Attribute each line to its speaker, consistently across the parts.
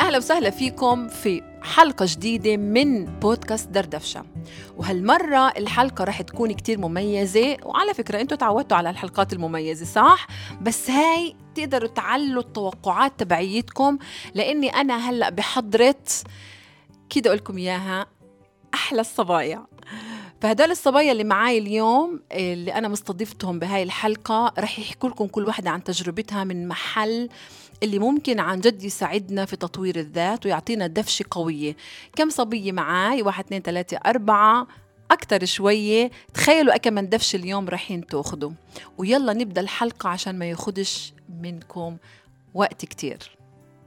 Speaker 1: أهلا وسهلا فيكم في حلقة جديدة من بودكاست دردفشة. وهالمرة الحلقة رح تكون كتير مميزة، وعلى فكرة أنتوا تعودتوا على الحلقات المميزة صح؟ بس هاي تقدروا تعلوا التوقعات تبعيتكم، لأني أنا هلأ بحضرة كده أقولكم إياها أحلى الصبايا. فهدول الصبايا اللي معاي اليوم اللي أنا مستضيفتهم بهاي الحلقة رح يحكوا لكم كل واحدة عن تجربتها من محل اللي ممكن عن جد يساعدنا في تطوير الذات ويعطينا دفشة قوية. كم صبية معاي؟ 1 2 3 4 أكتر شوية. تخيلوا أكمن دفش اليوم رحين تاخدوا. ويلا نبدأ الحلقة عشان ما ياخدش منكم وقت كتير.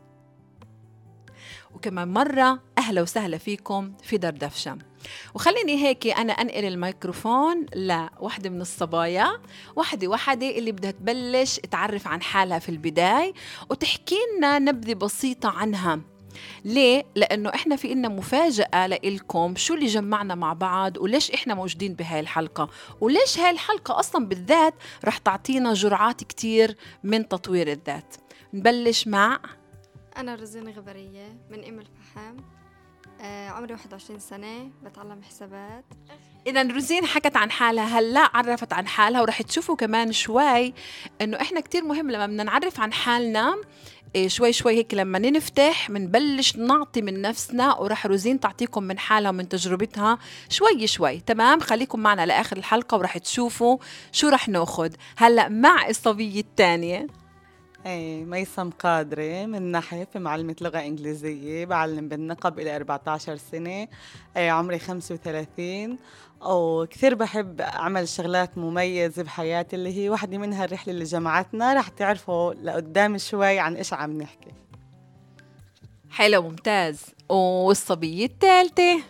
Speaker 1: وكمان مرة أهلا وسهلا فيكم في دردفشة. وخليني هيك أنا أنقل الميكروفون لوحدة من الصبايا، وحدة اللي بدها تبلش تعرف عن حالها في البداية وتحكي لنا نبذة بسيطة عنها. ليه؟ لأنه إحنا في إلنا مفاجأة لإلكم، شو اللي جمعنا مع بعض وليش إحنا موجودين بهاي الحلقة، وليش هاي الحلقة أصلا بالذات رح تعطينا جرعات كتير من تطوير الذات. نبلش مع
Speaker 2: أنا روزين غبرية من أم الفحام. عمري 21 سنة، بتعلم حسابات.
Speaker 1: إذا روزين حكت عن حالها هلا، عرفت عن حالها، ورح تشوفوا كمان شوي إنه إحنا كتير مهم لما بدنا نعرف عن حالنا شوي هيك لما نفتح منبلش نعطي من نفسنا، ورح روزين تعطيكم من حالها ومن تجربتها شوي. تمام؟ خليكم معنا لآخر الحلقة ورح تشوفوا شو رح ناخد هلا مع الصبية الثانية.
Speaker 3: ميسم قادرة من نحف، معلمة لغة إنجليزية، بعلم بالنقب إلى 14 سنة. عمري 35، وكثير بحب أعمل شغلات مميزة بحياتي، اللي هي واحدة منها الرحلة اللي جمعتنا. رح تعرفوا لقدام شوي عن إيش عم نحكي.
Speaker 1: حلو، ممتاز. والصبية الثالثة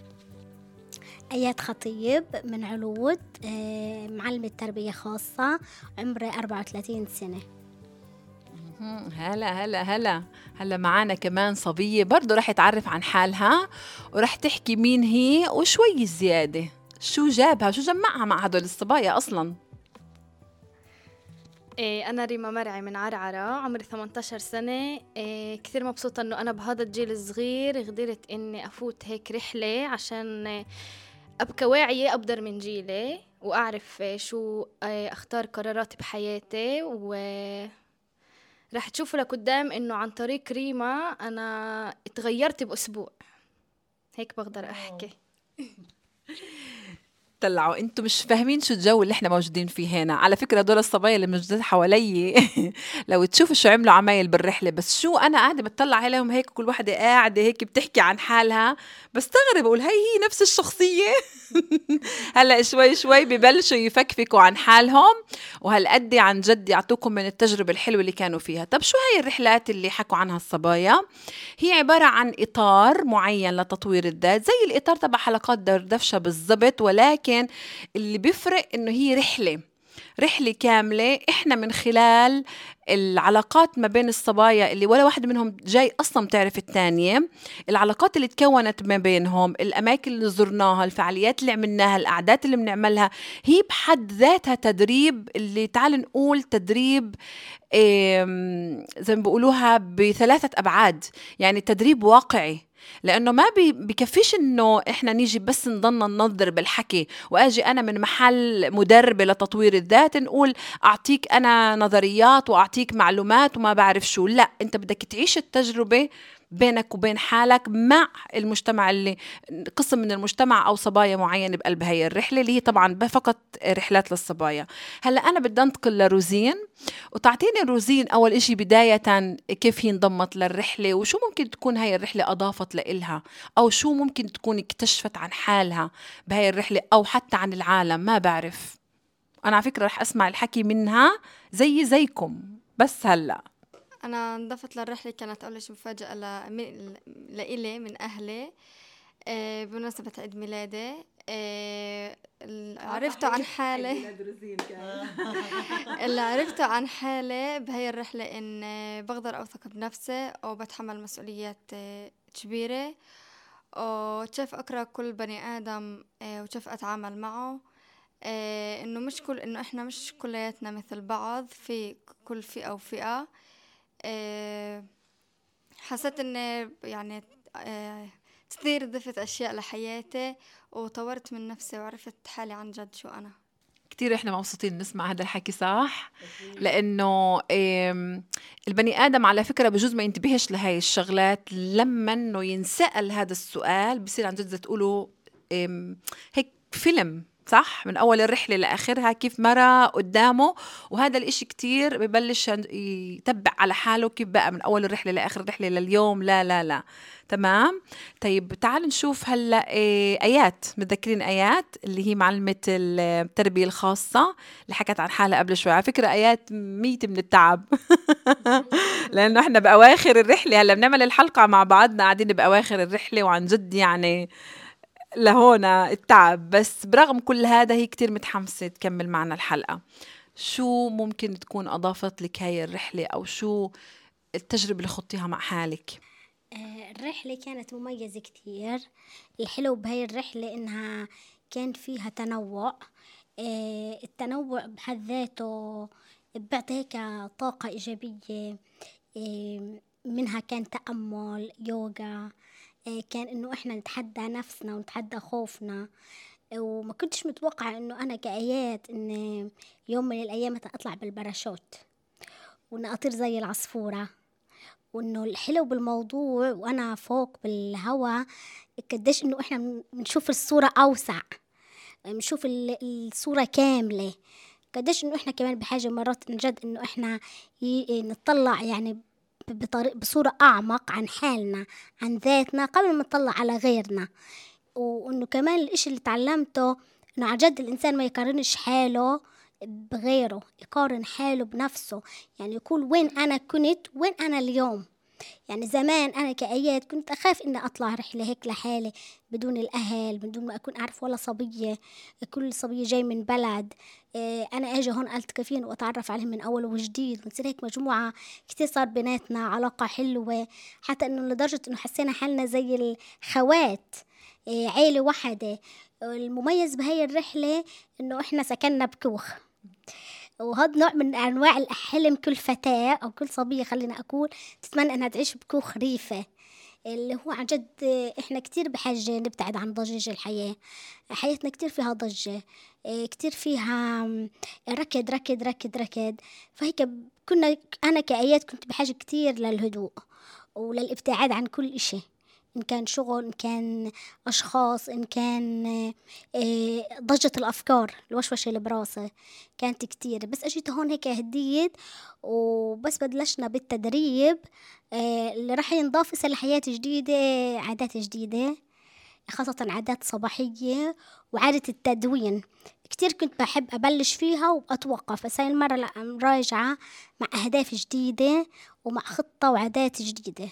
Speaker 4: آيات خطيب من علود، معلمة تربية خاصة، عمري 34 سنة.
Speaker 1: هلا معانا كمان صبية برضو رح تعرف عن حالها ورح تحكي مين هي وشوي زيادة شو جابها شو جمعها مع هدول الصبايا أصلا.
Speaker 5: أنا ريما مرعي من عرعرة، عمري 18 سنة. كثير مبسوطة أنه أنا بهذا الجيل الصغير قدرت أني أفوت هيك رحلة عشان أبقى واعية أقدر من جيلي وأعرف شو أختار قراراتي بحياتي. راح تشوفوا لقدام إنه عن طريق ريما أنا اتغيرت بأسبوع، هيك بقدر أحكي.
Speaker 1: طلعوا انتم مش فاهمين شو الجو اللي احنا موجودين فيه هنا. على فكرة دول الصبايا اللي موجودين حوالي لو تشوفوا شو عملوا عمايل بالرحلة، بس شو أنا قاعدة بتطلع عليهم هيك كل واحدة قاعدة هيك بتحكي عن حالها، بستغرب أقول هي نفس الشخصية. هلأ شوي ببلشوا يفكفكوا عن حالهم، وهالقد عن جد يعطوكم من التجربة الحلوة اللي كانوا فيها. طب شو هاي الرحلات اللي حكوا عنها الصبايا؟ هي عبارة عن إطار معين لتطوير الذات، زي الإطار تبع حلقات دردفشة بالضبط، ولكن اللي بيفرق إنه هي رحلة كاملة. إحنا من خلال العلاقات ما بين الصبايا اللي ولا واحدة منهم جاي أصلا تعرف الثانية، العلاقات اللي تكونت ما بينهم، الأماكن اللي زرناها، الفعاليات اللي عملناها، الأعداد اللي بنعملها، هي بحد ذاتها تدريب. اللي تعال نقول تدريب زي ما بيقولوها ب3 أبعاد، يعني تدريب واقعي. لأنه ما بكفيش إنه إحنا نيجي بس نضلنا ننظر بالحكي، وأجي أنا من محل مدربة لتطوير الذات نقول أعطيك أنا نظريات وأعطيك معلومات وما بعرف شو. لا، أنت بدك تعيش التجربة بينك وبين حالك مع المجتمع، اللي قسم من المجتمع أو صبايا معين بقلب هاي الرحلة اللي هي طبعا فقط رحلات للصبايا. هلأ أنا بدي أنتقل لروزين، وتعطيني روزين أول إشي بداية كيف هي انضمت للرحلة، وشو ممكن تكون هاي الرحلة أضافت لإلها، أو شو ممكن تكون اكتشفت عن حالها بهاي الرحلة، أو حتى عن العالم. ما بعرف، أنا على فكرة رح أسمع الحكي منها زيكم. بس هلأ
Speaker 2: أنا انضفت للرحلة، كانت أول شي مفاجأة لإلي من أهلي. بمناسبة عيد ميلادي. عرفته عن حالي اللي عرفته عن حالي بهاي الرحلة إن بقدر أوثق بنفسي وبتحمل مسؤوليات كبيرة، وكيف أقرأ كل بني آدم وكيف أتعامل معه. إنه إحنا مش كلياتنا مثل بعض، في كل فئة وفئة. حسيت إن يعني كثير ضفت أشياء لحياتي وطورت من نفسي وعرفت حالي عن جد شو أنا.
Speaker 1: كتير احنا مبسوطين نسمع هذا الحكي، صح؟ لانه البني ادم على فكره بجوز ما ينتبهش لهاي الشغلات، لما انه ينسأل هذا السؤال بصير عن جد زي تقولوا هيك فيلم، صح؟ من اول الرحله لاخرها كيف مرة قدامه، وهذا الاشي كتير ببلش يتبع على حاله كيف بقى من اول الرحله لاخر الرحله لليوم. لا لا لا، تمام. طيب تعالوا نشوف هلا ايات. متذكرين ايات اللي هي معلمه التربيه الخاصه اللي حكت عن حالها قبل شوي؟ على فكره ايات ميت من التعب لانه احنا باواخر الرحله، هلا بنعمل الحلقه مع بعضنا قاعدين باواخر الرحله، وعن جد يعني لهونا التعب، بس برغم كل هذا هي كتير متحمسة تكمل معنا الحلقة. شو ممكن تكون أضافت لك هاي الرحلة، أو شو التجربة اللي خضتيها مع حالك؟
Speaker 4: الرحلة كانت مميزة كتير. الحلو بهاي الرحلة إنها كان فيها تنوع. التنوع بحد ذاته بيعطي هيك طاقة إيجابية. منها كان تأمل، يوغا، كان إنه إحنا نتحدى نفسنا ونتحدى خوفنا. وما كنتش متوقعة إنه أنا كآيات إن يوم من الأيام أطلع بالباراشوت وإن أطير زي العصفورة. وإنه الحلو بالموضوع وأنا فوق بالهواء قديش إنه إحنا بنشوف الصورة أوسع، بنشوف الصورة كاملة. قديش إنه إحنا كمان بحاجة مرات نجد إنه إحنا نطلع يعني بصورة أعمق عن حالنا، عن ذاتنا، قبل ما نطلع على غيرنا. وإنه كمان الإشي اللي تعلمته إنه عن جد الإنسان ما يقارنش حاله بغيره، يقارن حاله بنفسه. يعني يقول وين أنا كنت وين أنا اليوم. يعني زمان أنا كآيات كنت أخاف إني أطلع رحلة هيك لحالي بدون الأهل، بدون ما أكون أعرف ولا صبية. كل صبية جاي من بلد، أنا أجي هون ألتقى وأتعرف عليهم من أول وجديد، ونصير هيك مجموعة كتير صار بيناتنا علاقة حلوة، حتى إنه لدرجة إنه حسينا حالنا زي الخوات، عيلة واحدة. المميز بهاي الرحلة إنه إحنا سكننا بكوخ، وهذا نوع من أنواع الحلم كل فتاة أو كل صبية خلينا أقول تتمنى أنها تعيش بكوخ ريفة، اللي هو عن جد إحنا كتير بحاجة نبتعد عن ضجيج الحياة. حياتنا كتير فيها ضجة، كتير فيها ركض ركض ركض ركض. فهيك أنا كآيات كنت بحاجة كتير للهدوء وللابتعاد عن كل إشي، إن كان شغل، إن كان أشخاص، إن كان ضجة الأفكار، الوشوشة اللي براسي كانت كتير. بس أجيت هون هيك هديت، وبس بلشنا بالتدريب اللي راح ينضاف إسا لحياة جديدة، عادات جديدة، خاصة عادات صباحية وعادة التدوين. كتير كنت بحب أبلش فيها وأتوقف، بس هاي المرة لا، راجعة مع أهداف جديدة ومع خطة وعادات جديدة.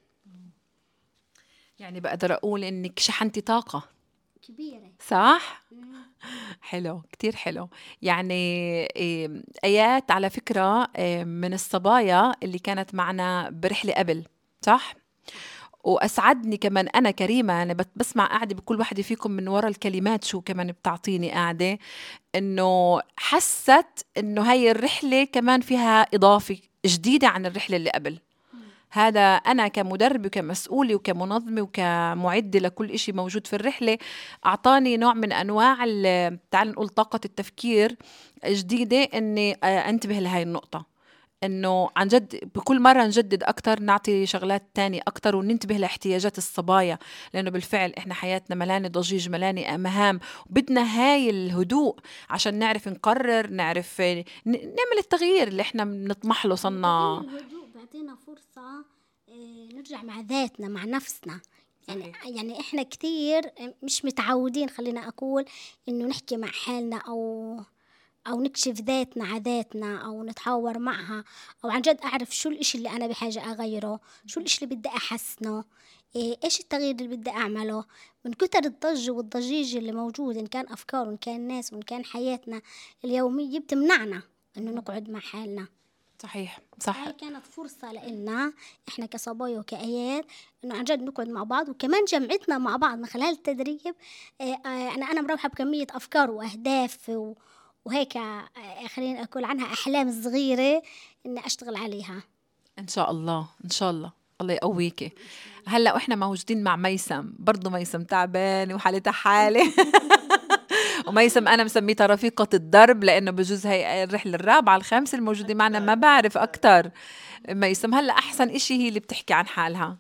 Speaker 1: يعني بقدر أقول إنك شحنتي طاقة
Speaker 4: كبيرة،
Speaker 1: صح؟ حلو، كتير حلو. يعني آيات على فكرة من الصبايا اللي كانت معنا برحلة قبل، صح؟ وأسعدني كمان أنا كريمة، أنا بسمع قاعدة بكل واحدة فيكم من وراء الكلمات شو كمان بتعطيني قاعدة، إنه حست إنه هاي الرحلة كمان فيها إضافة جديدة عن الرحلة اللي قبل. هذا أنا كمدرب وكمسؤولة وكمنظمة وكمعدة لكل إشي موجود في الرحلة، أعطاني نوع من أنواع تعال نقول طاقة التفكير جديدة، إني أنتبه لهاي النقطة، إنه عن جد بكل مرة نجدد أكتر، نعطي شغلات تانية أكتر، وننتبه لاحتياجات الصبايا، لأنه بالفعل إحنا حياتنا ملانة ضجيج، ملانة مهام، وبدنا هاي الهدوء عشان نعرف نقرر، نعرف نعمل التغيير اللي إحنا بنطمح له. صرنا
Speaker 4: الهدوء بيعطينا فرصة نرجع مع ذاتنا، مع نفسنا. يعني إحنا كتير مش متعودين خلينا أقول إنه نحكي مع حالنا أو نكشف ذاتنا عاداتنا أو نتحاور معها، أو عن جد أعرف شو الإشي اللي أنا بحاجة أغيره، شو الإشي اللي بدي أحسنه، إيش التغيير اللي بدي أعمله. من كتر الضجة والضجيج اللي موجود، إن كان أفكار وإن كان ناس وإن كان حياتنا اليومية، بتمنعنا إنه نقعد مع حالنا.
Speaker 1: صحيح صح.
Speaker 4: هاي كانت فرصة لنا إحنا كصبايا وكآيات إنه عن جد نقعد مع بعض، وكمان جمعتنا مع بعض من خلال التدريب. أنا مروحة بكمية أفكار وأهداف وهيك خلينا أقول عنها أحلام صغيرة إني أشتغل عليها.
Speaker 1: إن شاء الله إن شاء الله. الله يقويكي. هلا واحنا موجودين مع ميسم، برضه ميسم تعبان وحالتها حالة. وميسم انا مسميتها رفيقة الدرب، لانه بجوز هي الرحلة الرابعة الخامسة الموجودة معنا، ما بعرف اكتر. ميسم هلا احسن اشي هي اللي بتحكي عن حالها.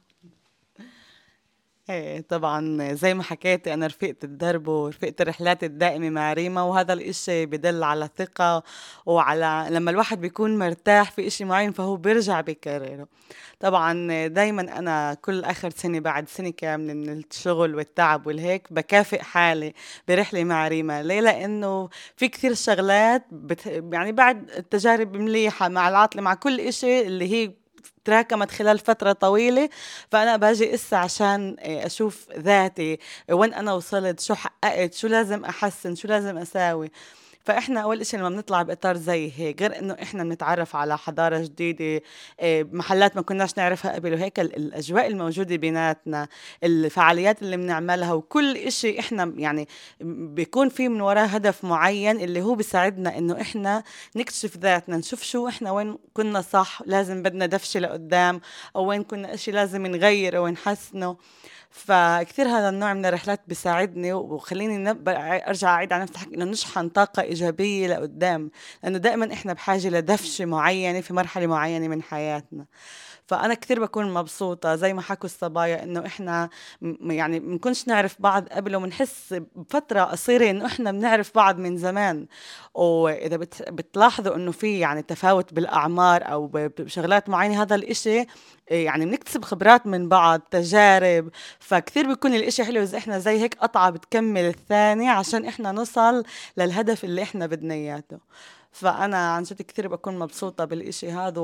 Speaker 3: ايه طبعا زي ما حكيتي انا رفقت الدرب ورفقت الرحلات الدائمة مع ريما، وهذا الاشي بدل على ثقة، وعلى لما الواحد بيكون مرتاح في اشي معين فهو بيرجع بيكرره. طبعا دايما انا كل اخر سنة بعد سنة كاملة من الشغل والتعب والهيك بكافئ حالي برحلة مع ريما. ليه؟ لانه في كثير شغلات يعني بعد التجارب مليحة مع العاطلة مع كل اشي اللي هي تراكمت خلال فترة طويلة، فأنا باجي إسا عشان أشوف ذاتي وين أنا وصلت، شو حققت، شو لازم أحسن، شو لازم أساوي. فإحنا أول إشي لما بنطلع بإطار زي هيك، غير إنه إحنا بنتعرف على حضارة جديدة، محلات ما كناش نعرفها قبل، وهيك الأجواء الموجودة بيناتنا، الفعاليات اللي بنعملها، وكل إشي إحنا يعني بيكون في من وراه هدف معين اللي هو بيساعدنا إنه إحنا نكتشف ذاتنا، نشوف شو إحنا وين كنا صح لازم بدنا دفشة لقدام، أو وين كنا إشي لازم نغيره ونحسنه. فكثير هذا النوع من الرحلات بيساعدني وخليني ارجع اعيد على نفس الحكي انه نشحن طاقه ايجابيه لقدام، لانه دائما احنا بحاجه لدفشه معينه في مرحله معينه من حياتنا. فأنا كثير بكون مبسوطة زي ما حكوا الصبايا إنه إحنا يعني منكونش نعرف بعض قبل، ومنحس بفترة قصيرة إنه إحنا بنعرف بعض من زمان. وإذا بتلاحظوا إنه في يعني تفاوت بالأعمار أو بشغلات معينة، هذا الإشي يعني بنكتسب خبرات من بعض، تجارب. فكثير بيكون الإشي حلو إذا إحنا زي هيك قطعة بتكمل الثانية عشان إحنا نوصل للهدف اللي إحنا بدنا إياه. فأنا عن جد كثير بكون مبسوطة بالإشي هذا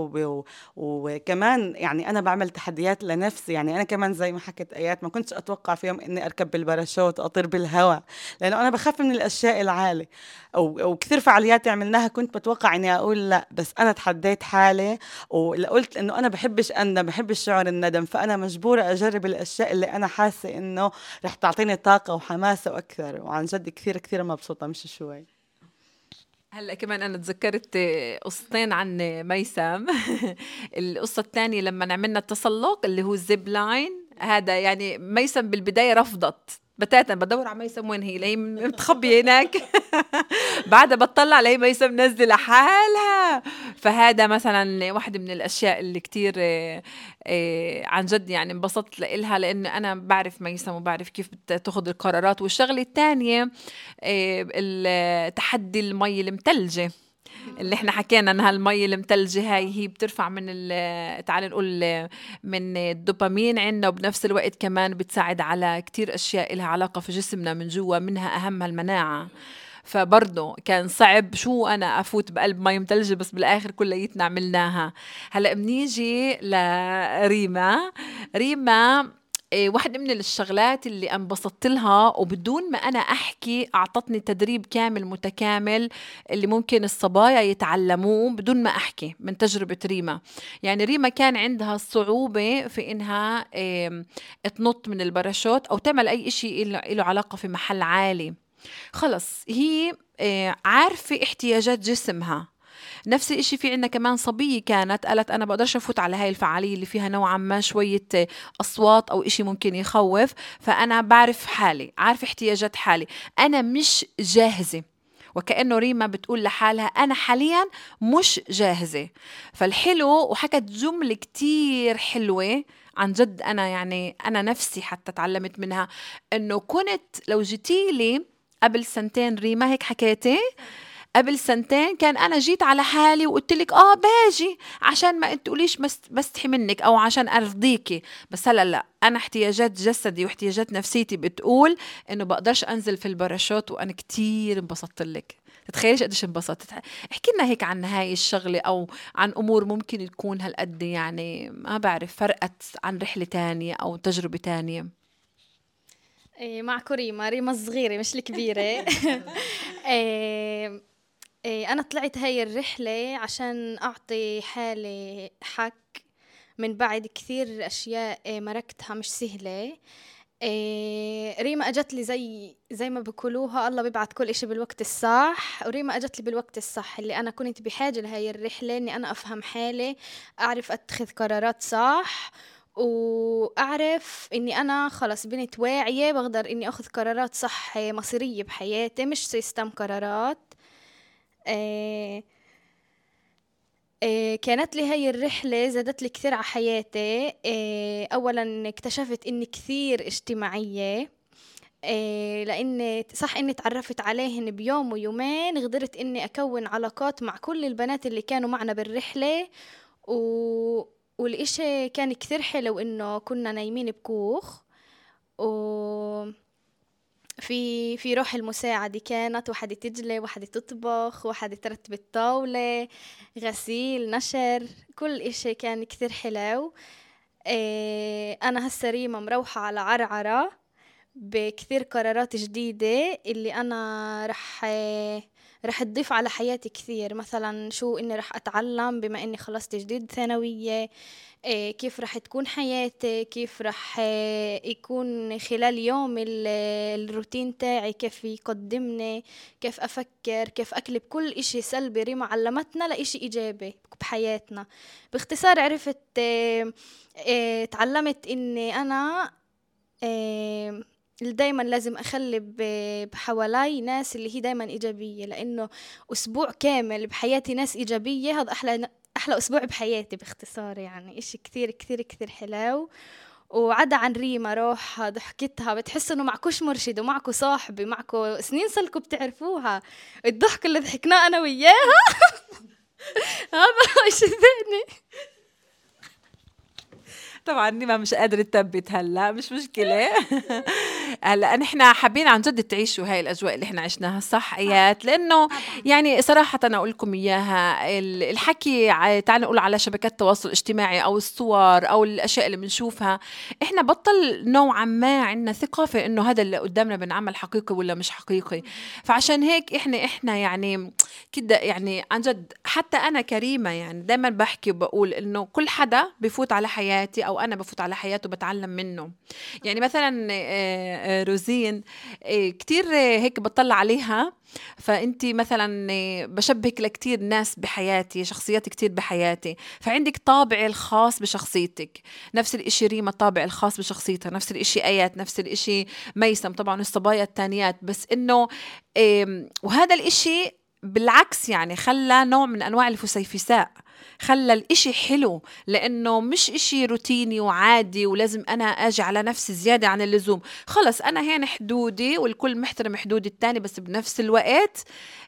Speaker 3: وكمان يعني أنا بعمل تحديات لنفسي. يعني أنا كمان زي ما حكت آيات ما كنتش أتوقع في يوم إني أركب بالباراشوت وأطير بالهواء، لأنه أنا بخاف من الأشياء العالية. أو كثير فعاليات عملناها كنت بتوقع إني أقول لا، بس أنا تحديت حالي وقلت إنه أنا بحبش أندم، بحبش شعور الندم، فأنا مجبورة أجرب الأشياء اللي أنا حاسة إنه رح تعطيني طاقة وحماسة وأكثر. وعن جد كثير كثير مبسوطة مش شوي.
Speaker 1: هلا كمان انا تذكرت قصتين عن ميسم. القصه الثانيه لما عملنا التسلق اللي هو الزيب لاين، هذا يعني ميسم بالبدايه رفضت بتاتا، بدور على ميسم وين هي، لهي متخبيه هناك. بعدها بتطلع لهي ميسم منزله حالها. فهذا مثلا واحدة من الاشياء اللي كتير عن جد يعني انبسطت لإلها، لأن أنا بعرف ميسم وبعرف كيف تاخذ القرارات. والشغلة الثانية تحدي المي المتلجة اللي احنا حكينا انها المي المتلجة هاي هي بترفع من تعال نقول من الدوبامين عندنا، وبنفس الوقت كمان بتساعد على كتير اشياء لها علاقة في جسمنا من جوا، منها اهمها المناعة. فبرضه كان صعب شو أنا أفوت بقلب مي متلجة، بس بالآخر كليتنا عملناها. هلأ بنيجي لريما. ريما واحدة من الشغلات اللي انبسطت لها وبدون ما أنا أحكي أعطتني تدريب كامل متكامل اللي ممكن الصبايا يتعلموه بدون ما أحكي من تجربة ريما. يعني ريما كان عندها صعوبة في إنها تنط من الباراشوت أو تعمل أي إشي له علاقة في محل عالي. خلص هي عارفة احتياجات جسمها. نفس الاشي في عنا كمان صبية كانت قالت أنا بقدرش أفوت على هاي الفعالية اللي فيها نوعا ما شوية أصوات أو إشي ممكن يخوف، فأنا بعرف حالي، عارف احتياجات حالي، أنا مش جاهزة. وكأنه ريما بتقول لحالها أنا حاليا مش جاهزة. فالحلو وحكت جملة كتير حلوة عن جد، أنا يعني أنا نفسي حتى تعلمت منها، إنه كنت لو جيتيلي قبل سنتين ريما هيك حكيتي، قبل سنتين كان أنا جيت على حالي وقلت لك باجي عشان ما تقوليش بستحي منك أو عشان أرضيكي. بس هلا لا، أنا احتياجات جسدي واحتياجات نفسيتي بتقول إنه بقدرش أنزل في الباراشوت. وأنا كتير انبسطت لك، تتخيلش قديش انبسطت. احكي لنا هيك عن هاي الشغلة أو عن أمور ممكن تكون هالقد يعني ما بعرف فرقت عن رحلة تانية أو تجربة تانية.
Speaker 5: معكم ريما الصغيرة مش الكبيرة. أنا طلعت هاي الرحلة عشان أعطي حالي حك من بعد كثير أشياء مركتها مش سهلة. ريما أجت لي زي ما بقولوها الله بيبعت كل إشي بالوقت الصح، وريما أجت لي بالوقت الصح اللي أنا كنت بحاجة لهاي الرحلة، إني أنا أفهم حالي، أعرف أتخذ قرارات صح، وأعرف إني أنا خلص بنت واعية بقدر إني أخذ قرارات صح مصيرية بحياتي، مش سيستم قرارات. آه، كانت لي هاي الرحلة زادت لي كثير على حياتي. أولا اكتشفت إني كثير اجتماعية، لأني صح إني تعرفت عليهن بيوم ويومين قدرت إني أكون علاقات مع كل البنات اللي كانوا معنا بالرحلة. و... والإشي كان كثير حلو إنه كنا نايمين بكوخ، و في روح المساعدة، كانت وحدة تجلي وحدة تطبخ وحدة ترتب الطاولة، غسيل نشر، كل إشي كان كثير حلو. أنا هسه ريما مروحة على عرعرة بكثير قرارات جديدة اللي أنا رح تضيف على حياتي كثير. مثلا شو إني رح أتعلم بما إني خلصت جديد ثانوية، كيف رح تكون حياتي، كيف رح يكون خلال يوم الروتين تاعي، كيف يقدمني، كيف أفكر، كيف أقلب كل إشي سلبي ريما علمتنا لإشي إيجابي بحياتنا. باختصار عرفت تعلمت إني أنا دايما لازم أخلي بحوالي ناس اللي هي دايما إيجابية، لأنه أسبوع كامل بحياتي ناس إيجابية هذا أحلى أسبوع بحياتي باختصار. يعني إشي كثير كثير كثير حلو. وعدا عن ريما روحها ضحكتها، بتحس إنه معكوش مرشد ومعكو صاحبي معكو سنين صلكو بتعرفوها، الضحك اللي ضحكناه أنا وياها هذا إشي ثاني.
Speaker 1: طبعا نيما مش قادرة تثبت هلا، مش مشكلة. هلا نحن حابين عن جد تعيشوا هاي الأجواء اللي احنا عشناها، صح ايات؟ لأنه يعني صراحة أنا أقول لكم إياها، الحكي تعالوا نقول على شبكات التواصل الاجتماعي أو الصور أو الأشياء اللي بنشوفها، احنا بطل نوعا ما عندنا ثقافة إنه هذا اللي قدامنا بنعمل حقيقي ولا مش حقيقي. فعشان هيك احنا يعني كده، يعني عن جد حتى أنا كريمة يعني دايما بحكي وبقول إنه كل حدا بفوت على حياتي أو أنا بفوت على حياته بتعلم منه. يعني مثلا روزين كتير هيك بطلع عليها، فأنتي مثلا بشبهك لكتير ناس بحياتي، شخصيات كتير بحياتي، فعندك طابع الخاص بشخصيتك. نفس الإشي ريما الطابع الخاص بشخصيتها، نفس الإشي آيات، نفس الإشي ميسم، طبعا الصبايا التانيات. بس إنه وهذا الإشي بالعكس يعني خلى نوع من أنواع الفسيفساء، خلى الإشي حلو، لأنه مش إشي روتيني وعادي ولازم أنا أجي على نفسي زيادة عن اللزوم. خلص أنا هين حدودي والكل محترم حدود التاني، بس بنفس الوقت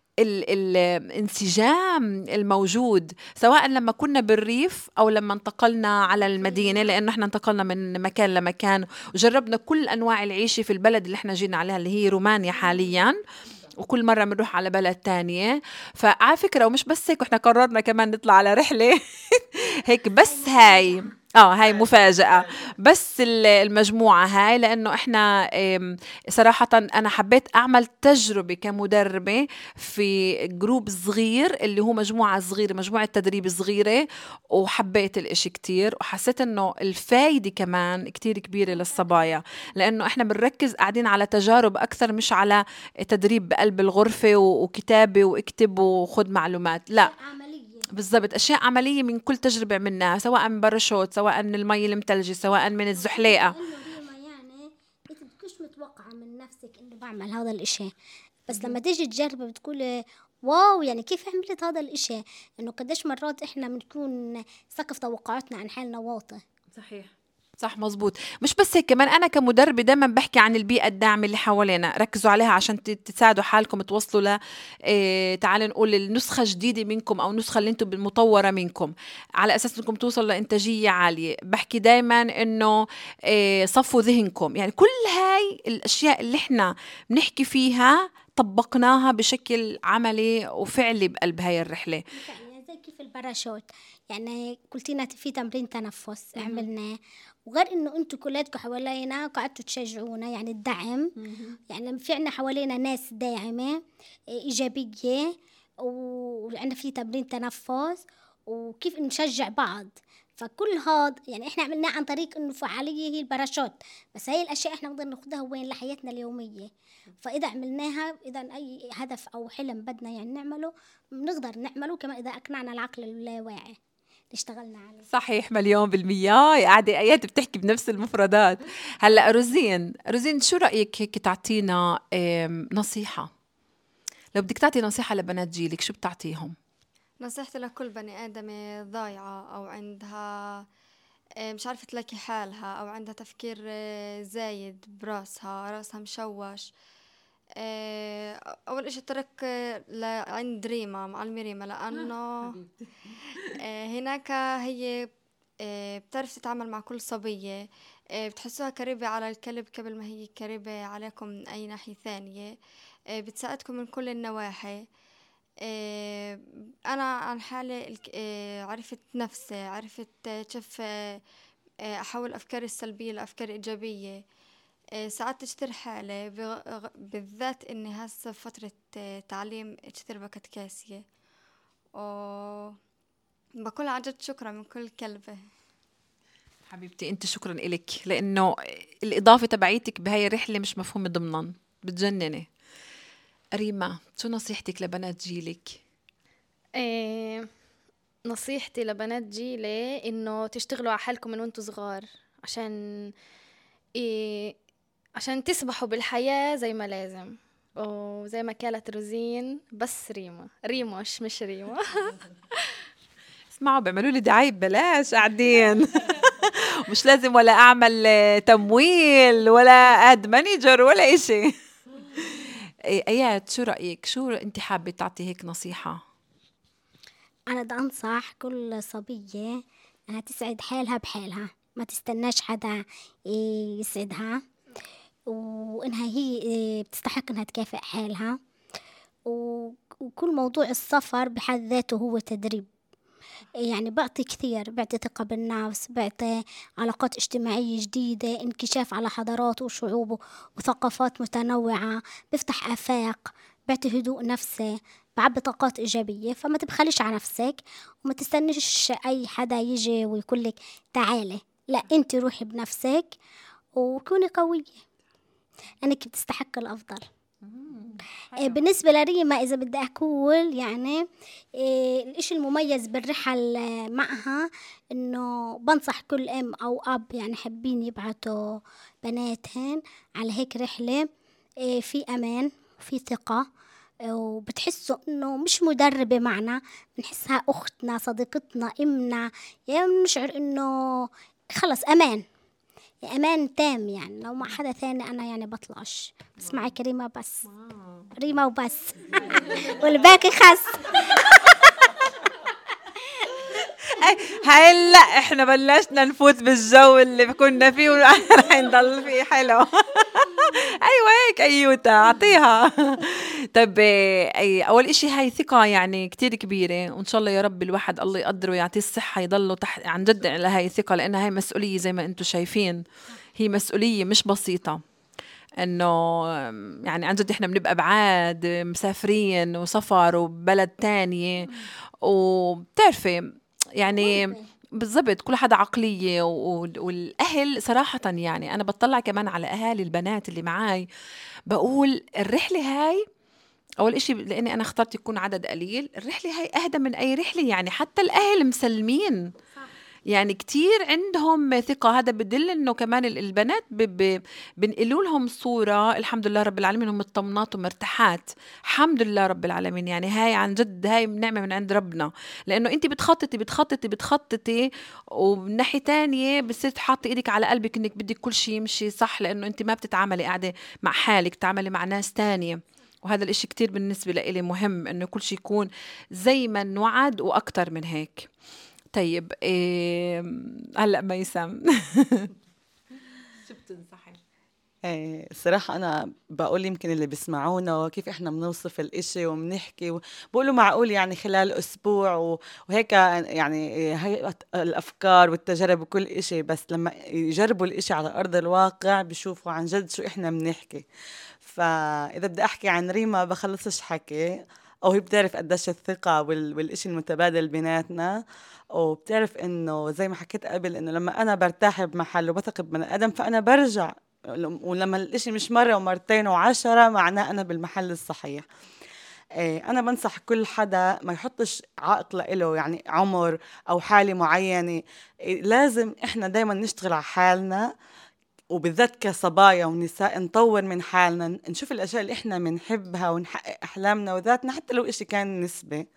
Speaker 1: الانسجام الموجود سواء لما كنا بالريف أو لما انتقلنا على المدينة، لأنه احنا انتقلنا من مكان لمكان وجربنا كل أنواع العيشة في البلد اللي احنا جينا عليها اللي هي رومانيا حالياً، وكل مرة بنروح على بلد تانية. فعلى فكرة ومش بس هيك، احنا قررنا كمان نطلع على رحلة هيك، بس هاي مفاجأة، بس المجموعة هاي، لأنه احنا صراحة أنا حبيت أعمل تجربة كمدربة في جروب صغير اللي هو مجموعة صغيرة، مجموعة تدريب صغيرة، وحبيت الاشي كتير، وحسيت انه الفايدة كمان كتير كبيرة للصبايا، لأنه احنا بنركز قاعدين على تجارب أكثر مش على تدريب بقلب الغرفة وكتابة واكتب وخد معلومات، لا بالضبط أشياء عملية من كل تجربة منها، سواء من باراشوت، سواء من المي المتلجة، سواء من الزحليقة.
Speaker 4: يعني انت بتكونش متوقعة من نفسك انه بعمل هذا الاشي، بس لما تيجي تجربه بتقول واو، يعني كيف عملت هذا الاشي؟ انه قديش مرات احنا بنكون سقف توقعاتنا عن حالنا واطي.
Speaker 1: صحيح، صح مزبوط. مش بس هيك، كمان أنا كمدربة دايما بحكي عن البيئة الداعمة اللي حوالينا، ركزوا عليها عشان تساعدوا حالكم توصلوا تعالوا نقول النسخة جديدة منكم أو النسخة اللي انتم بالمطورة منكم، على أساس أنكم توصلوا لإنتاجية عالية. بحكي دايما إنه صفوا ذهنكم، يعني كل هاي الأشياء اللي احنا بنحكي فيها طبقناها بشكل عملي وفعلي بقلب هاي الرحلة.
Speaker 4: يعني زي كيف الباراشوت، يعني قلتينا في تمرين تنفس عملناه، وغير انه انتم كلاتكم حوالينا قعدتوا تشجعونا، يعني الدعم. يعني في عنا حوالينا ناس داعمة إيجابية، وعندنا في تمرين تنفس وكيف نشجع بعض. فكل هذا يعني احنا عملناه عن طريق انه فعالية هي الباراشوت، بس هاي الاشياء احنا نقدر ناخدها وين لحياتنا اليومية. فاذا عملناها، اذا اي هدف او حلم بدنا يعني نعمله بنقدر نعمله كمان اذا اقنعنا العقل اللاواعي. اشتغلنا عليه.
Speaker 1: صحيح، مليون بالمية. قاعدة آيات بتحكي بنفس المفردات. هلأ روزين شو رأيك هيك تعطينا نصيحة؟ لو بدك تعطي نصيحة لبنات جيلك شو بتعطيهم؟
Speaker 2: نصيحتي لكل بني آدمة ضايعة أو عندها مش عارفة تلاقي حالها أو عندها تفكير زايد راسها مشوش. أول إشي ترك عند ريما، معلمة ريما، لأنه هناك هي بتعرف تتعامل مع كل صبية. بتحسوها قريبة على الكلب قبل ما هي قريبة عليكم من أي ناحية ثانية. بتساعدكم من كل النواحي. أنا عن حالي عرفت نفسي، عرفت كيف أحول أفكاري السلبية لأفكار إيجابية. ساعات كتير حالي بالذات إني هسه فترة تعليم كتير بكت كاسية، بقول عن جد شكرا من كل كلبة.
Speaker 1: حبيبتي أنت شكرا إلك، لأنه الإضافة تبعيتك بهاي الرحلة مش مفهومة ضمنا، بتجنني. ريما شو نصيحتك لبنات جيلك؟
Speaker 5: نصيحتي لبنات جيلي إنه تشتغلوا على حالكم من وانتوا صغار، عشان تسبحوا بالحياة زي ما لازم، وزي ما قالت روزين، بس ريما مش ريما.
Speaker 1: اسمعوا بيعملوا لي دعاية ببلاش قاعدين. مش لازم ولا أعمل تمويل ولا أد مانجر ولا إشي. آيات شو رأيك؟ شو أنت حابة تعطي هيك نصيحة؟
Speaker 4: أنا بدي أنصح كل صبية أنها تسعد حالها بحالها، ما تستناش حدا يسعدها، وإنها هي بتستحق إنها تكافئ حالها. وكل موضوع السفر بحد ذاته هو تدريب، يعني بعطي كثير، بعطي ثقة بالنفس، بعطي علاقات اجتماعية جديدة، انكشاف على حضارات وشعوب وثقافات متنوعة، بفتح آفاق، بعطي هدوء نفسي، بعبي طاقات إيجابية. فما تبخليش على نفسك وما تستنيش أي حدا يجي ويقولك تعالي، لا أنت روحي بنفسك وكوني قوية، أنك بتستحق الأفضل. بالنسبة لريما إذا بدي أقول يعني الإشي المميز بالرحل معها إنه بنصح كل أم أو أب يعني حابين يبعتوا بناتهن على هيك رحلة في أمان وفي ثقة، وبتحسوا إنه مش مدربة معنا، بنحسها أختنا صديقتنا إمنا، يعني بنشعر إنه خلص أمان تام. يعني لو مع حدا ثاني أنا يعني بطلعش، بس معي كريمة بس، ريما وبس. والباقي خس.
Speaker 1: هلا احنا بلشنا نفوت بالجو اللي كنا فيه ورح نضل فيه حلو. ايوه هيك ايوتا اعطيها. طيب اول اشي هاي ثقة يعني كتير كبيرة، وان شاء الله يا رب الواحد الله يقدره ويعطيه الصحة يضلوا تحت عن جد على هاي الثقة، لانها هاي مسؤولية زي ما انتم شايفين، هي مسؤولية مش بسيطة. انه يعني عن جد احنا بنبقى بعاد مسافرين وسفر وبلد تانية، وبتعرفي يعني بالضبط كل حدا عقلية والأهل صراحة. يعني أنا بطلع كمان على أهالي البنات اللي معاي، بقول الرحلة هاي أول إشي لأني أنا اخترت يكون عدد قليل، الرحلة هاي أهدى من أي رحلة، يعني حتى الأهل مسلمين، يعني كتير عندهم ثقة. هذا بدل إنه كمان البنات بنقلوا لهم صورة الحمد لله رب العالمين هم مطمنات ومرتاحات، الحمد لله رب العالمين. يعني هاي عن جد هاي نعمة من عند ربنا، لأنه أنت بتخططي ومن ناحية تانية بتصير تحطي إيدك على قلبك إنك بدك كل شيء يمشي صح، لأنه أنت ما بتتعاملي قاعدة مع حالك، تعملي مع ناس تانية. وهذا الإشي كتير بالنسبة لإلي مهم، إنه كل شيء يكون زي ما نوعد وأكتر من هيك. طيب هلأ ميسم. شو بتنصحي؟
Speaker 3: صراحة أنا بقول يمكن اللي بيسمعونا وكيف إحنا بنوصف الإشي وبنحكي بقولوا معقول يعني خلال أسبوع وهيك يعني هاي الأفكار والتجارب وكل إشي، بس لما يجربوا الإشي على أرض الواقع بيشوفوا عن جد شو إحنا بنحكي. فإذا بدي أحكي عن ريما بخلصش حكي، أو هي بتعرف قديش الثقة والإشي المتبادل بيناتنا، وبتعرف إنه زي ما حكيت قبل إنه لما أنا برتاح بمحل وبثق ببني آدم فأنا برجع، ولما الإشي مش مرة ومرتين و10 معناه أنا بالمحل الصحيح. أنا بنصح كل حدا ما يحطش عائق لإله، يعني عمر أو حالة معينة. لازم إحنا دايما نشتغل على حالنا، وبالذات كصبايا ونساء نطور من حالنا، نشوف الأشياء اللي إحنا بنحبها ونحقق أحلامنا وذاتنا حتى لو إشي كان نسبة.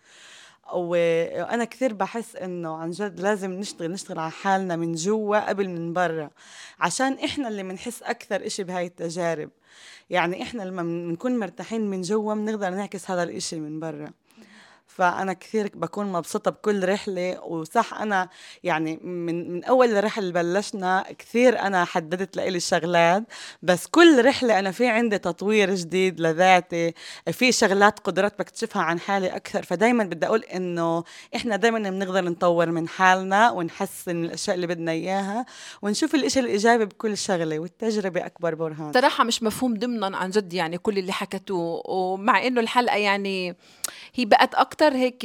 Speaker 3: وأنا كثير بحس إنه عن جد لازم نشتغل على حالنا من جوا قبل من برا، عشان إحنا اللي بنحس أكثر إشي بهاي التجارب. يعني إحنا لما بنكون مرتاحين من جوا بنقدر نعكس هذا الإشي من برا. فأنا كثير بكون مبسوطة بكل رحلة. وصح أنا يعني من أول رحلة اللي بلشنا كثير أنا حددت لإلي الشغلات، بس كل رحلة أنا في عندي تطوير جديد لذاتي، في شغلات قدرات بكتشفها عن حالي أكثر. فدايما بدي أقول إنه إحنا دايما بنقدر نطور من حالنا ونحسن الأشياء اللي بدنا إياها، ونشوف الإشي الإيجابي بكل شغلة، والتجربة أكبر برهان.
Speaker 1: صراحة مش مفهوم ضمنا عن جد يعني كل اللي حكتوه، ومع إنه الحلقة يعني هي بقت أكتر هيك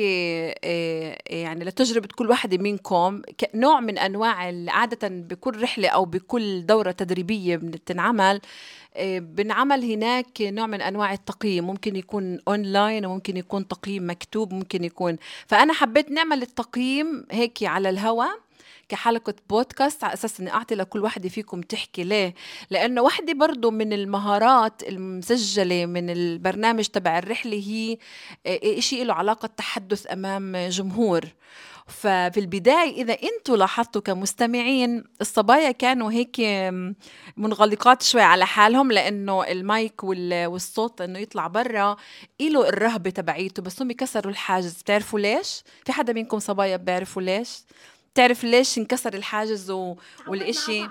Speaker 1: يعني لتجربة كل واحدة منكم، نوع من أنواع عادة بكل رحلة أو بكل دورة تدريبية بتنعمل بنعمل هناك نوع من أنواع التقييم، ممكن يكون أونلاين وممكن يكون تقييم مكتوب، ممكن يكون. فأنا حبيت نعمل التقييم هيك على الهواء كحلقة بودكاست على أساس أني أعطي لكل واحدة فيكم تحكي. ليه؟ لأنه واحدة برضو من المهارات المسجلة من البرنامج تبع الرحلة هي إشي له علاقة تحدث أمام جمهور. ففي البداية إذا أنتوا لاحظتوا كمستمعين الصبايا كانوا هيك منغلقات شوي على حالهم، لأنه المايك والصوت أنه يطلع برا إله الرهبة تبعيته، بس هم كسروا الحاجز. بتعرفوا ليش؟ في حدا منكم صبايا بيعرفوا ليش؟ تعرف ليش انكسر الحاجز والإشي؟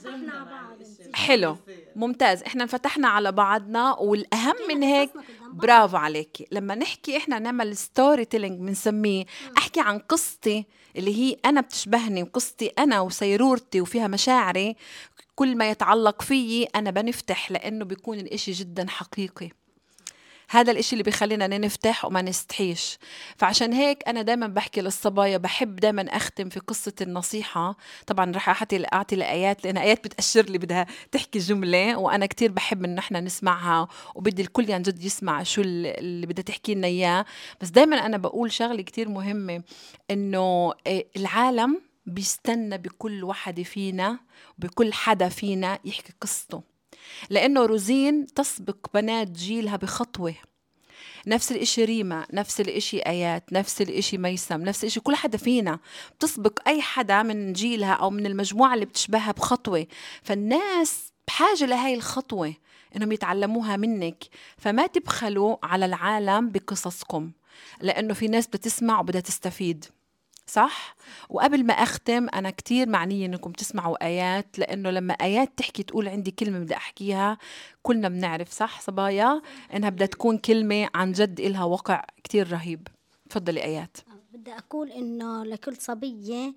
Speaker 1: حلو، ممتاز. احنا انفتحنا على بعضنا، والأهم من هيك برافو عليكي. لما نحكي احنا نعمل ستوري تيلينج بنسميه، احكي عن قصتي اللي هي انا بتشبهني وقصتي انا وسيرورتي وفيها مشاعري، كل ما يتعلق فيي انا بنفتح، لانه بيكون الاشي جدا حقيقي. هذا الاشي اللي بيخلينا نفتح وما نستحيش. فعشان هيك أنا دايما بحكي للصبايا، بحب دايما أختم في قصة النصيحة. طبعا رح أعطي لآيات، لأن آيات بتأشر لي بدها تحكي جملة، وأنا كتير بحب إنه إحنا نسمعها، وبدي الكل عن جد يسمع شو اللي بدها تحكي لنا إياه. بس دايما أنا بقول شغلة كتير مهمة، إنه العالم بيستنى بكل واحدة فينا وبكل حدا فينا يحكي قصته، لأنه روزين تسبق بنات جيلها بخطوة. نفس الإشي ريما، نفس الإشي آيات، نفس الإشي ميسم، نفس الإشي كل حدا فينا بتسبق أي حدا من جيلها أو من المجموعة اللي بتشبهها بخطوة. فالناس بحاجة لهاي الخطوة إنهم يتعلموها منك. فما تبخلوا على العالم بقصصكم، لأنه في ناس بتسمع وبدها تستفيد. صح؟ وقبل ما أختم، أنا كتير معنية أنكم تسمعوا آيات، لأنه لما آيات تحكي تقول عندي كلمة بدي أحكيها، كلنا بنعرف صح صبايا إنها بدها تكون كلمة عن جد إلها وقع كتير رهيب. تفضلي آيات.
Speaker 4: بدي أقول إنه لكل صبية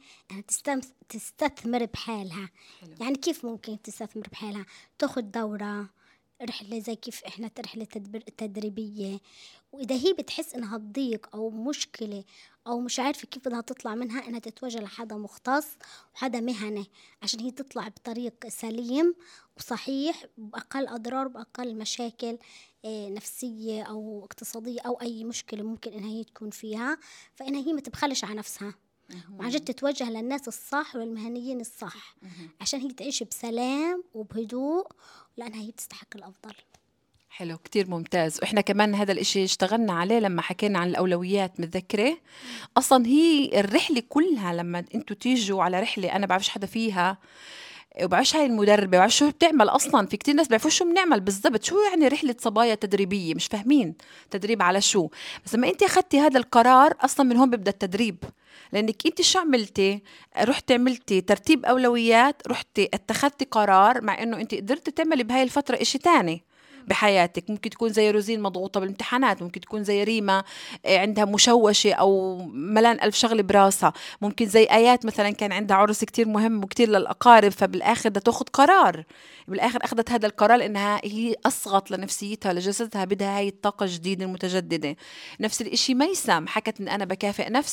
Speaker 4: تستثمر بحالها. يعني كيف ممكن تستثمر بحالها؟ تأخذ دورة، رحلة زي كيف إحنا رحلة تدريبية، وإذا هي بتحس إنها تضيق أو مشكلة أو مش عارفة كيف بدها تطلع منها، إنها تتوجه لحدا مختص وحدا مهني عشان هي تطلع بطريق سليم وصحيح، بأقل أضرار وبأقل مشاكل نفسية أو اقتصادية أو أي مشكلة ممكن إنها هي تكون فيها. فإنها هي ما تبخلش على نفسها، وعن جد تتوجه للناس الصح والمهنيين الصح، عشان هي تعيش بسلام وبهدوء، لأنها هي تستحق الأفضل.
Speaker 1: حلو، كتير ممتاز. وإحنا كمان هذا الإشي اشتغلنا عليه لما حكينا عن الأولويات، متذكرة؟ أصلا هي الرحلة كلها لما أنتوا تيجوا على رحلة أنا بعرفش حدا فيها وبعرفش هاي المدربة وبعرفش شو بتعمل أصلا. في كتير ناس بعرفوش شو بنعمل بالضبط، شو يعني رحلة صبايا تدريبية، مش فاهمين تدريب على شو. بس لما أنت أخذتي هذا القرار أصلا من هون بيبدأ التدريب، لأنك أنت شو عملتي؟ رحت عملتي ترتيب أولويات، رحتي اتخذتي قرار، مع إنه أنت قدرتي تعملي بهاي الفترة إشي تاني بحياتك. ممكن تكون زي روزين مضغوطة بالامتحانات، ممكن تكون زي ريما عندها مشوشة أو ملان ألف شغل براسها، ممكن زي آيات مثلا كان عندها عرس كتير مهم وكتير للأقارب، فبالآخر بدها تاخد قرار. بالآخر أخذت هذا القرار لأنها هي أصغت لنفسيتها لجسدها، بدها هاي الطاقة الجديدة المتجددة. نفس الإشي ميسم حكت إن أنا بكافئ نفسي،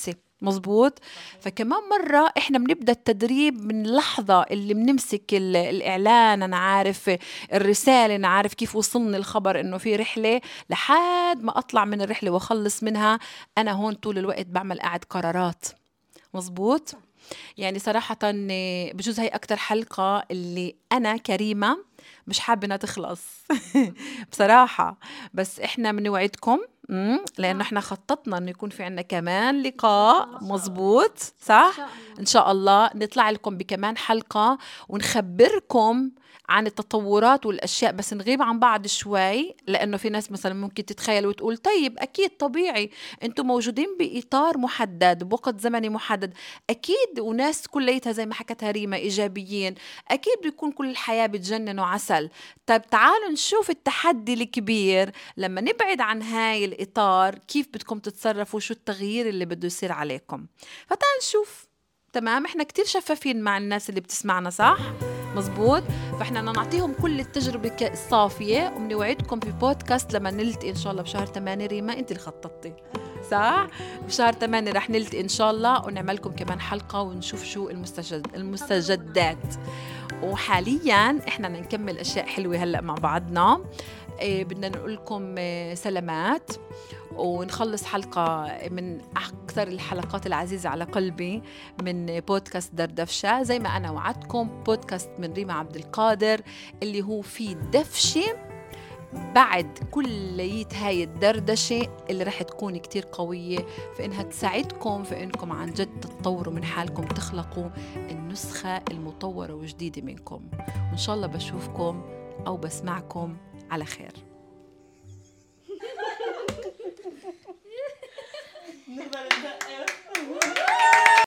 Speaker 1: مزبوط. فكمان مرة إحنا بنبدأ التدريب من اللحظة اللي بنمسك الإعلان، أنا عارف الرسالة، أنا عارف كيف وصلني الخبر إنه في رحلة، لحد ما أطلع من الرحلة وأخلص منها. أنا هون طول الوقت بعمل قاعد قرارات. مزبوط. يعني صراحة بجوز هاي أكتر حلقة اللي أنا كريمة مش حابة إنها تخلص بصراحة، بس إحنا بنوعدكم لأنه إحنا خططنا إنه يكون في عنا كمان لقاء. مزبوط صح؟ إن شاء الله نطلع لكم بكمان حلقة ونخبركم عن التطورات والأشياء، بس نغيب عن بعض شوي، لأنه في ناس مثلا ممكن تتخيل وتقول طيب أكيد طبيعي أنتم موجودين بإطار محدد بوقت زمني محدد، أكيد وناس كليتها زي ما حكتها ريما إيجابيين، أكيد بيكون كل الحياة بتجنن وعسل. طيب تعالوا نشوف التحدي الكبير لما نبعد عن هاي الإطار، كيف بدكم تتصرفوا، شو التغيير اللي بده يصير عليكم. فتعال نشوف. تمام، احنا كتير شفافين مع الناس اللي بتسمعنا صح؟ مزبوط. فاحنا نعطيهم كل التجربة الصافية، وبنوعدكم في بودكاست لما نلتقي إن شاء الله بشهر 8. ريما أنت اللي خططتي صح؟ بشهر 8 رح نلتقي إن شاء الله، ونعملكم كمان حلقة ونشوف شو المستجدات. وحاليا احنا نكمل أشياء حلوة هلأ مع بعضنا. بدنا نقول لكم سلامات، ونخلص حلقة من أكثر الحلقات العزيزة على قلبي من بودكاست دردفشة. زي ما أنا وعدتكم، بودكاست من ريما عبد القادر اللي هو فيه دفشة بعد كلية هاي الدردشة اللي رح تكون كتير قوية في إنها تساعدكم في إنكم عن جد تتطوروا من حالكم، تخلقوا النسخة المطورة وجديدة منكم. وإن شاء الله بشوفكم أو بسمعكم على خير.